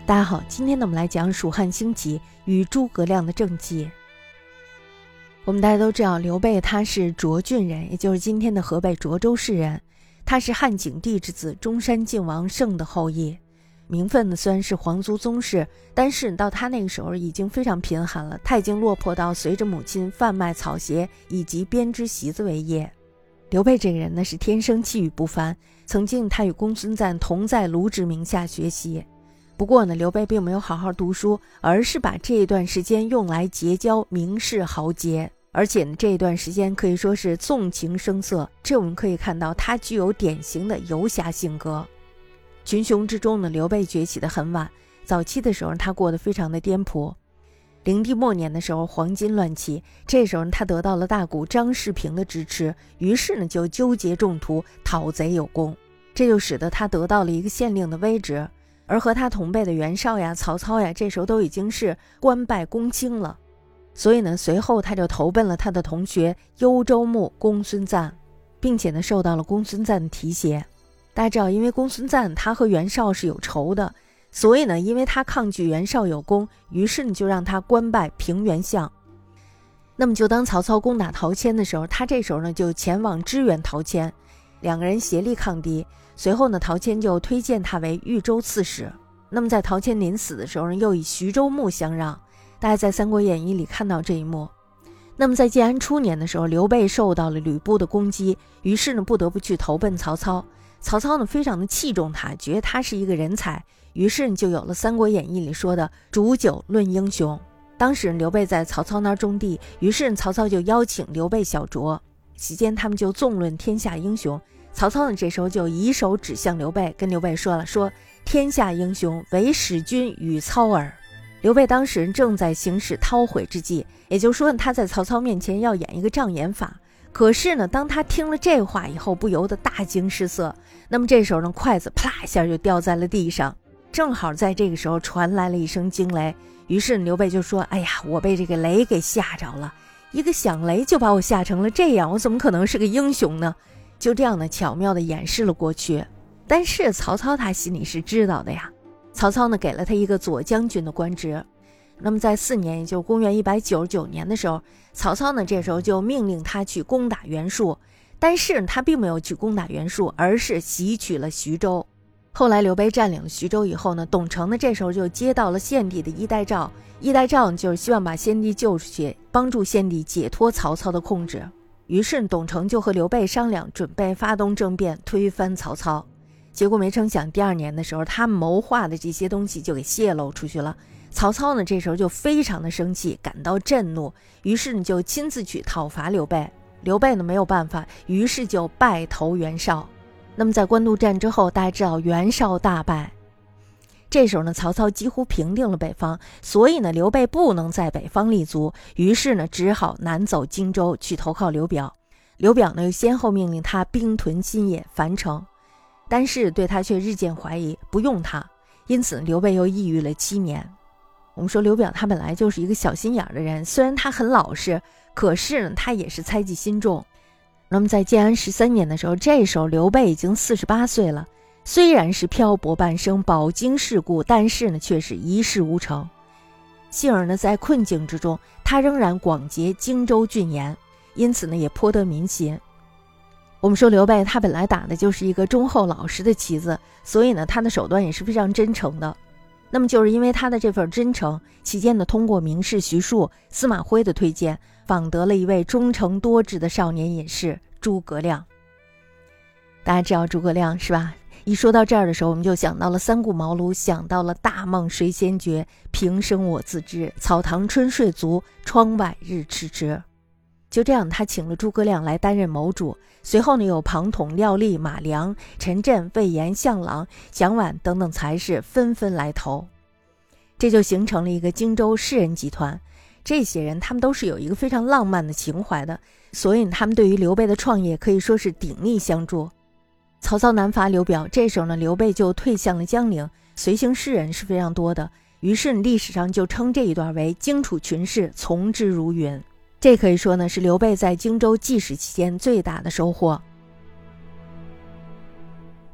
大家好，今天呢我们来讲蜀汉兴起与诸葛亮的政绩。我们大家都知道刘备他是涿郡人，也就是今天的河北涿州市人，他是汉景帝之子，中山靖王胜的后裔，名分呢虽然是皇族宗室，但是到他那个时候已经非常贫寒了，他已经落魄到随着母亲贩卖草鞋以及编织席子为业。刘备这个人呢是天生气宇不凡，曾经他与公孙瓒同在卢植名下学习。不过呢，刘备并没有好好读书，而是把这一段时间用来结交名士豪杰，而且呢，这一段时间可以说是纵情声色。这我们可以看到，他具有典型的游侠性格。群雄之中呢，刘备崛起的很晚，早期的时候他过得非常的颠簸。灵帝末年的时候，黄巾乱起，这时候他得到了大贾张世平的支持，于是呢就纠结众徒，讨贼有功，这就使得他得到了一个县令的威职。而和他同辈的袁绍呀、曹操呀，这时候都已经是官拜公卿了，所以呢，随后他就投奔了他的同学幽州牧公孙瓒，并且呢，受到了公孙瓒的提携。大家知道，因为公孙瓒他和袁绍是有仇的，所以呢，因为他抗拒袁绍有功，于是呢就让他官拜平原相。那么就当曹操攻打陶谦的时候，他这时候呢就前往支援陶谦，两个人协力抗敌。随后呢，陶谦就推荐他为豫州刺史。那么在陶谦临死的时候呢，又以徐州牧相让。大家在《三国演义》里看到这一幕。那么在建安初年的时候，刘备受到了吕布的攻击，于是呢不得不去投奔曹操。曹操呢非常的器重他，觉得他是一个人才，于是就有了《三国演义》里说的煮酒论英雄。当时刘备在曹操那儿种地，于是曹操就邀请刘备小酌，席间他们就纵论天下英雄。曹操呢这时候就以手指向刘备，跟刘备说天下英雄唯使君与操耳。刘备当时正在行使韬晦之计，也就是说他在曹操面前要演一个障眼法。可是呢，当他听了这话以后，不由得大惊失色。那么这时候呢，筷子啪一下就掉在了地上，正好在这个时候传来了一声惊雷。于是刘备就说：“哎呀，我被这个雷给吓着了，一个响雷就把我吓成了这样，我怎么可能是个英雄呢？”就这样呢，巧妙地掩饰了过去。但是曹操他心里是知道的呀。曹操呢给了他一个左将军的官职。那么在4年，也就是公元199年的时候，曹操呢这时候就命令他去攻打袁术，但是他并没有去攻打袁术，而是袭取了徐州。后来刘备占领了徐州以后呢，董承呢这时候就接到了献帝的衣带诏，衣带诏就是希望把献帝救出去，帮助献帝解脱曹操的控制。于是董承就和刘备商量，准备发动政变推翻曹操。结果没成想第2年的时候，他谋划的这些东西就给泄露出去了。曹操呢这时候就非常的生气，感到震怒，于是呢就亲自去讨伐刘备。刘备呢没有办法，于是就败投袁绍。那么在官渡战之后，大家知道袁绍大败。这时候呢，曹操几乎平定了北方，所以呢，刘备不能在北方立足，于是呢，只好南走荆州去投靠刘表。刘表呢，又先后命令他兵屯新野、樊城，但是对他却日渐怀疑，不用他，因此刘备又抑郁了7年。我们说刘表他本来就是一个小心眼的人，虽然他很老实，可是呢，他也是猜忌心重。那么在建安13年的时候，这时候刘备已经48岁了。虽然是漂泊半生，饱经世故，但是呢，却是一事无成。幸而呢，在困境之中，他仍然广结荆州郡盐，因此呢，也颇得民心。我们说刘备他本来打的就是一个忠厚老实的旗子，所以呢，他的手段也是非常真诚的。那么就是因为他的这份真诚，期间呢，通过名士徐庶、司马徽的推荐，访得了一位忠诚多智的少年隐士诸葛亮。大家知道诸葛亮是吧？一说到这儿的时候，我们就想到了三顾茅庐，想到了大梦谁先觉，平生我自知，草堂春睡足，窗外日迟迟。就这样，他请了诸葛亮来担任谋主，随后呢，有庞统、廖立、马良、陈震、魏延、项朗、蒋琬等等才士纷纷来投，这就形成了一个荆州士人集团。这些人他们都是有一个非常浪漫的情怀的，所以他们对于刘备的创业可以说是鼎力相助。曹操南伐刘表，这时候呢，刘备就退向了江陵，随行士人是非常多的，于是历史上就称这一段为荆楚群士从之如云。这可以说呢是刘备在荆州记史期间最大的收获。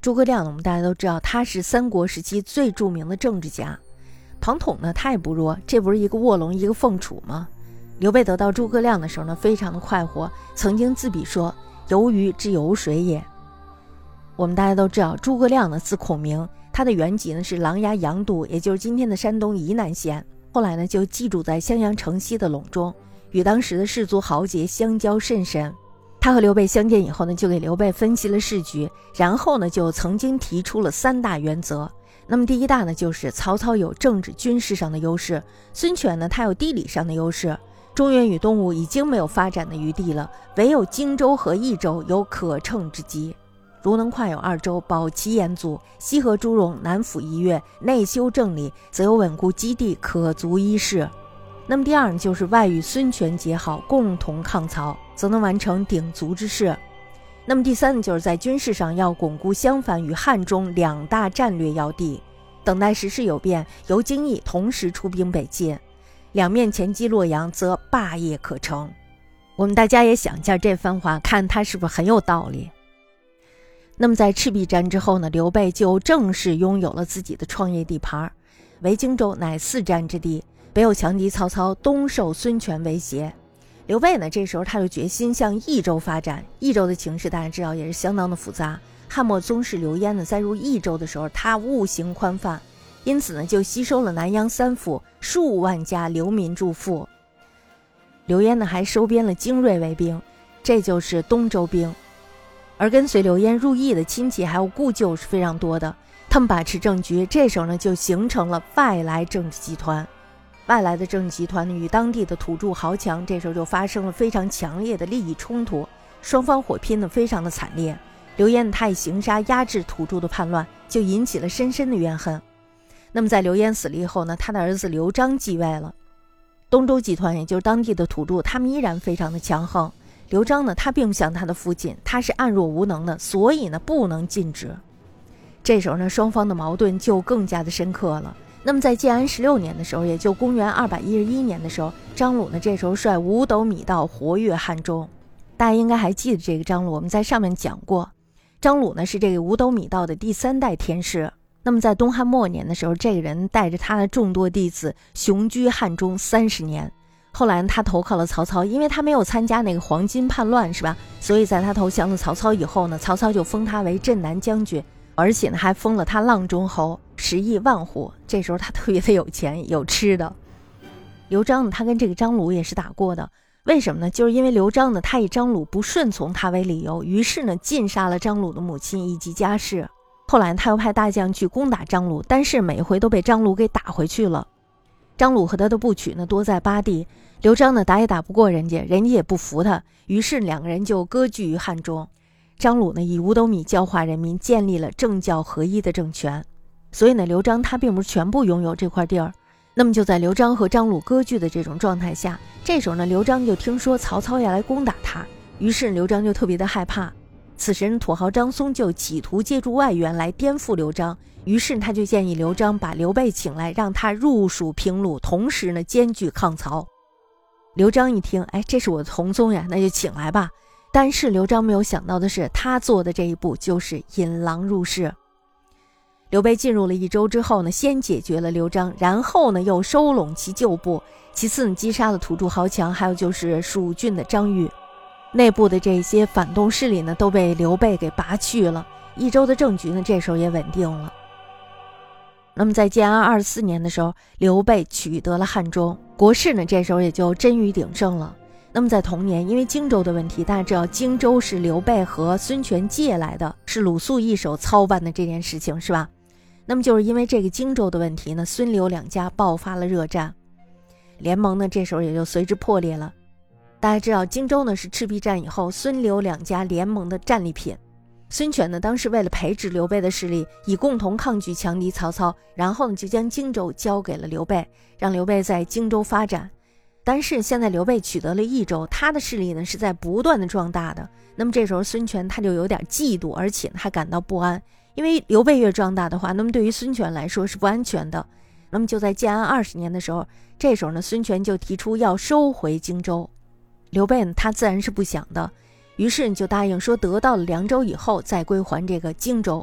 诸葛亮呢，我们大家都知道，他是三国时期最著名的政治家。庞统呢，他也不弱，这不是一个卧龙，一个凤雏吗？刘备得到诸葛亮的时候呢，非常的快活，曾经自比说：“游鱼之游水也。”我们大家都知道，诸葛亮呢，字孔明，他的原籍呢是琅琊阳都，也就是今天的山东沂南县。后来呢，就寄住在襄阳城西的陇中，与当时的士族豪杰相交甚深。他和刘备相见以后呢，就给刘备分析了时局，然后呢，就曾经提出了3大原则。那么第一大呢，就是曹操有政治军事上的优势，孙权呢，他有地理上的优势。中原与东吴已经没有发展的余地了，唯有荆州和益州有可乘之机。如能跨有2州，保其延阻，西河诸戎，南抚夷越，内修政理，则有稳固基地，可足一事。那么第二呢，就是外与孙权结好，共同抗曹，则能完成鼎足之势。那么第三呢，就是在军事上要巩固襄樊与汉中2大战略要地，等待时势有变，由京邑同时出兵北进，两面前击洛阳，则霸业可成。我们大家也想一下这番话，看他是不是很有道理。那么在赤壁战之后呢，刘备就正式拥有了自己的创业地盘，为荆州乃4战之地，北有强敌曹操，东受孙权威胁。刘备呢，这时候他就决心向益州发展。益州的情势大家知道也是相当的复杂。汉末宗室刘焉呢，在入益州的时候，他误行宽泛，因此呢，就吸收了南阳3府数万家流民住户。刘焉呢，还收编了精锐卫兵，这就是东周兵。而跟随刘焉入益的亲戚还有故旧是非常多的，他们把持政局，这时候呢，就形成了外来政治集团。外来的政治集团与当地的土著豪强，这时候就发生了非常强烈的利益冲突，双方火拼得非常的惨烈。刘焉他以刑杀压制土著的叛乱，就引起了深深的怨恨。那么在刘焉死了以后呢，他的儿子刘璋继位了。东周集团也就是当地的土著，他们依然非常的强横。刘璋呢，他并不像他的父亲，他是暗弱无能的，所以呢不能尽职。这时候呢，双方的矛盾就更加的深刻了。那么在建安16年的时候，也就公元211年的时候，张鲁呢这时候率5斗米道活跃汉中。大家应该还记得这个张鲁，我们在上面讲过。张鲁呢是这个5斗米道的第3代天师。那么在东汉末年的时候，这个人带着他的众多弟子雄居汉中30年。后来他投靠了曹操，因为他没有参加那个黄巾叛乱，是吧？所以在他投降了曹操以后呢，曹操就封他为镇南将军，而且呢还封了他阆中侯，10亿万户。这时候他特别的有钱，有吃的。刘璋呢，他跟这个张鲁也是打过的。为什么呢？就是因为刘璋呢，他以张鲁不顺从他为理由，于是呢尽杀了张鲁的母亲以及家室。后来他又派大将去攻打张鲁，但是每回都被张鲁给打回去了。张鲁和他的部曲呢多在巴地，刘璋呢打也打不过人家，人家也不服他，于是2个人就割据于汉中。张鲁呢以5斗米教化人民，建立了政教合一的政权。所以呢，刘璋他并不是全部拥有这块地儿。那么就在刘璋和张鲁割据的这种状态下，这时候呢，刘璋就听说曹操要来攻打他，于是刘璋就特别的害怕。此时土豪张松就企图借助外援来颠覆刘璋，于是他就建议刘璋把刘备请来，让他入蜀平鲁，同时呢兼具抗曹。刘璋一听，这是我的同宗呀，那就请来吧。但是刘璋没有想到的是，他做的这一步就是引狼入室。刘备进入了益州之后呢，先解决了刘璋，然后呢又收拢其旧部，其次呢击杀了土著豪强，还有就是蜀郡的张玉。内部的这些反动势力呢都被刘备给拔去了，益州的政局呢这时候也稳定了。那么在建安24年的时候，刘备取得了汉中，国势呢这时候也就臻于鼎盛了。那么在同年，因为荆州的问题，大家知道荆州是刘备和孙权借来的，是鲁肃一手操办的这件事情，是吧？那么就是因为这个荆州的问题呢，孙刘2家爆发了热战，联盟呢这时候也就随之破裂了。大家知道荆州呢是赤壁战以后孙刘2家联盟的战利品。孙权呢当时为了培植刘备的势力，以共同抗拒强敌曹操，然后呢就将荆州交给了刘备，让刘备在荆州发展。但是现在刘备取得了益州，他的势力呢是在不断的壮大的。那么这时候孙权他就有点嫉妒，而且还感到不安，因为刘备越壮大的话，那么对于孙权来说是不安全的。那么就在建安20年的时候，这时候呢孙权就提出要收回荆州。刘备呢他自然是不想的，于是就答应说得到了凉州以后再归还这个荆州。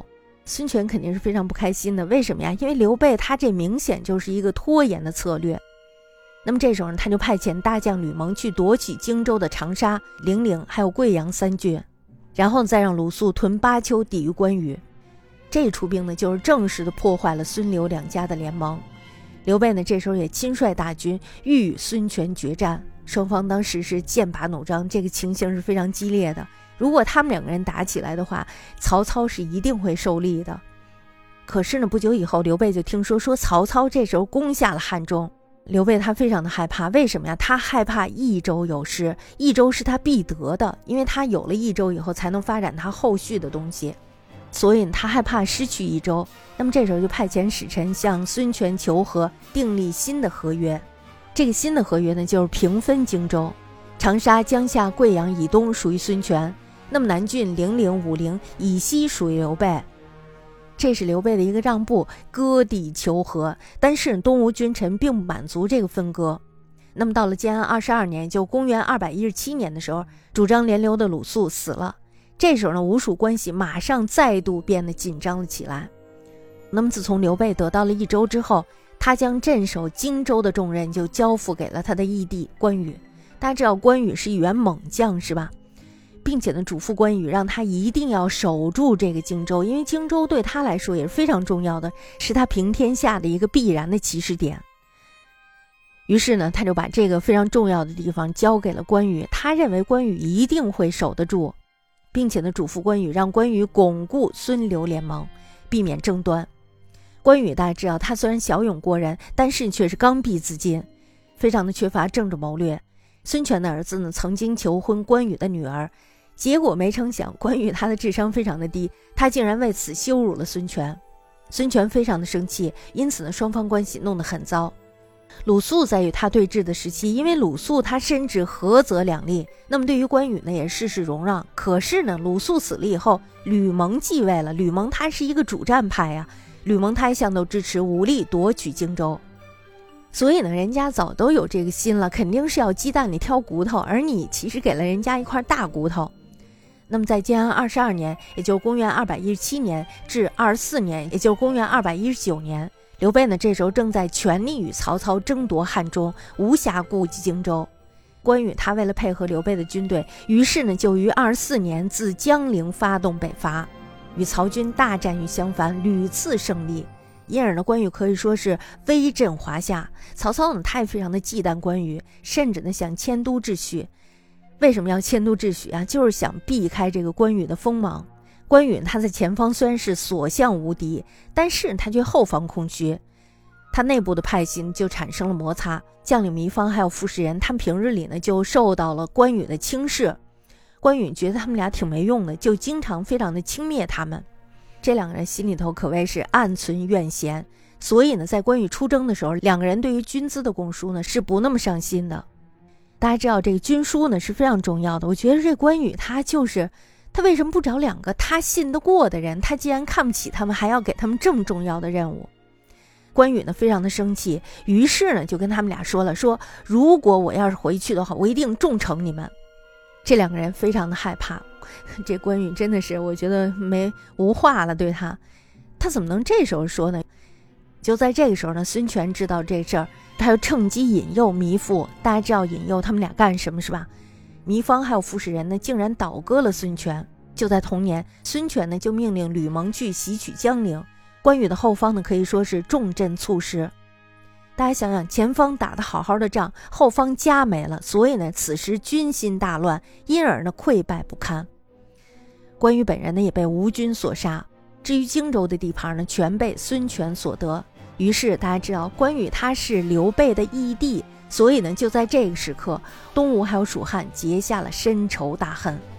孙权肯定是非常不开心的。为什么呀？因为刘备他这明显就是一个拖延的策略。那么这时候呢，他就派遣大将吕蒙去夺取荆州的长沙、零陵还有贵阳3郡，然后再让鲁肃屯巴丘抵御关羽。这一出兵呢，就是正式的破坏了孙刘两家的联盟。刘备呢，这时候也亲率大军欲与孙权决战，双方当时是剑拔弩张，这个情形是非常激烈的。如果他们两个人打起来的话，曹操是一定会受利的。可是呢，不久以后，刘备就听说曹操这时候攻下了汉中。刘备他非常的害怕，为什么呀？他害怕益州有失，益州是他必得的，因为他有了益州以后才能发展他后续的东西，所以他害怕失去益州。那么这时候就派遣使臣向孙权求和，订立新的合约。这个新的合约呢，就是平分荆州，长沙、江夏、贵阳以东属于孙权，那么南郡、零陵、武陵以西属于刘备。这是刘备的一个让步，割地求和。但是东吴君臣并不满足这个分割。那么到了建安22年，就公元217年的时候，主张联刘的鲁肃死了。这时候呢，吴蜀关系马上再度变得紧张了起来。那么自从刘备得到了益州之后，他将镇守荆州的重任就交付给了他的义弟关羽。大家知道关羽是一员猛将，是吧？并且呢，嘱咐关羽让他一定要守住这个荆州，因为荆州对他来说也是非常重要的，是他平天下的一个必然的起始点。于是呢，他就把这个非常重要的地方交给了关羽，他认为关羽一定会守得住，并且呢，嘱咐关羽让关羽巩固孙刘联盟，避免争端。关羽大家知道，他虽然骁勇过人，但是却是刚愎自尽，非常的缺乏政治谋略。孙权的儿子呢，曾经求婚关羽的女儿，结果没成想关羽他的智商非常的低，他竟然为此羞辱了孙权。孙权非常的生气，因此呢，双方关系弄得很糟。鲁肃在与他对峙的时期，因为鲁肃他深知合则两利，那么对于关羽呢也事事容让。可是呢，鲁肃死了以后，吕蒙继位了，吕蒙他是一个主战派呀，吕蒙他一向都支持武力夺取荆州。所以呢，人家早都有这个心了，肯定是要鸡蛋里挑骨头，而你其实给了人家一块大骨头。那么在建安22年，也就是公元217年至24年，也就是公元219年，刘备呢这时候正在全力与曹操争夺汉中，无暇顾及荆州。关羽他为了配合刘备的军队，于是呢就于24年自江陵发动北伐，与曹军大战于襄樊，屡次胜利。因而呢，关羽可以说是威震华夏。曹操呢，他也非常的忌惮关羽，甚至呢想迁都秩序。为什么要迁都秩序啊？就是想避开这个关羽的锋芒。关羽他在前方虽然是所向无敌，但是他却后方空虚，他内部的派系就产生了摩擦。将领糜芳还有傅士仁，他们平日里呢就受到了关羽的轻视。关羽觉得他们俩挺没用的，就经常非常的轻蔑他们。这两个人心里头可谓是暗存怨嫌，所以呢，在关羽出征的时候，两个人对于军资的供书呢是不那么上心的。大家知道这个军书呢是非常重要的，我觉得这关羽他为什么不找两个他信得过的人？他既然看不起他们，还要给他们这么重要的任务。关羽呢非常的生气，于是呢就跟他们俩说了，说如果我要是回去的话，我一定重惩你们。这两个人非常的害怕，这关羽真的是我觉得无话了，对他怎么能这时候说呢？就在这个时候呢，孙权知道这事儿，他又趁机引诱糜父。大家知道引诱他们俩干什么是吧？糜芳还有傅士仁呢，竟然倒戈了孙权。就在同年，孙权呢就命令吕蒙去袭取江陵，关羽的后方呢可以说是重镇猝失。大家想想，前方打得好好的仗，后方家没了，所以呢此时军心大乱，因而呢溃败不堪。关羽本人呢也被吴军所杀，至于荆州的地盘呢全被孙权所得。于是大家知道关羽他是刘备的义弟，所以呢就在这个时刻，东吴还有蜀汉结下了深仇大恨。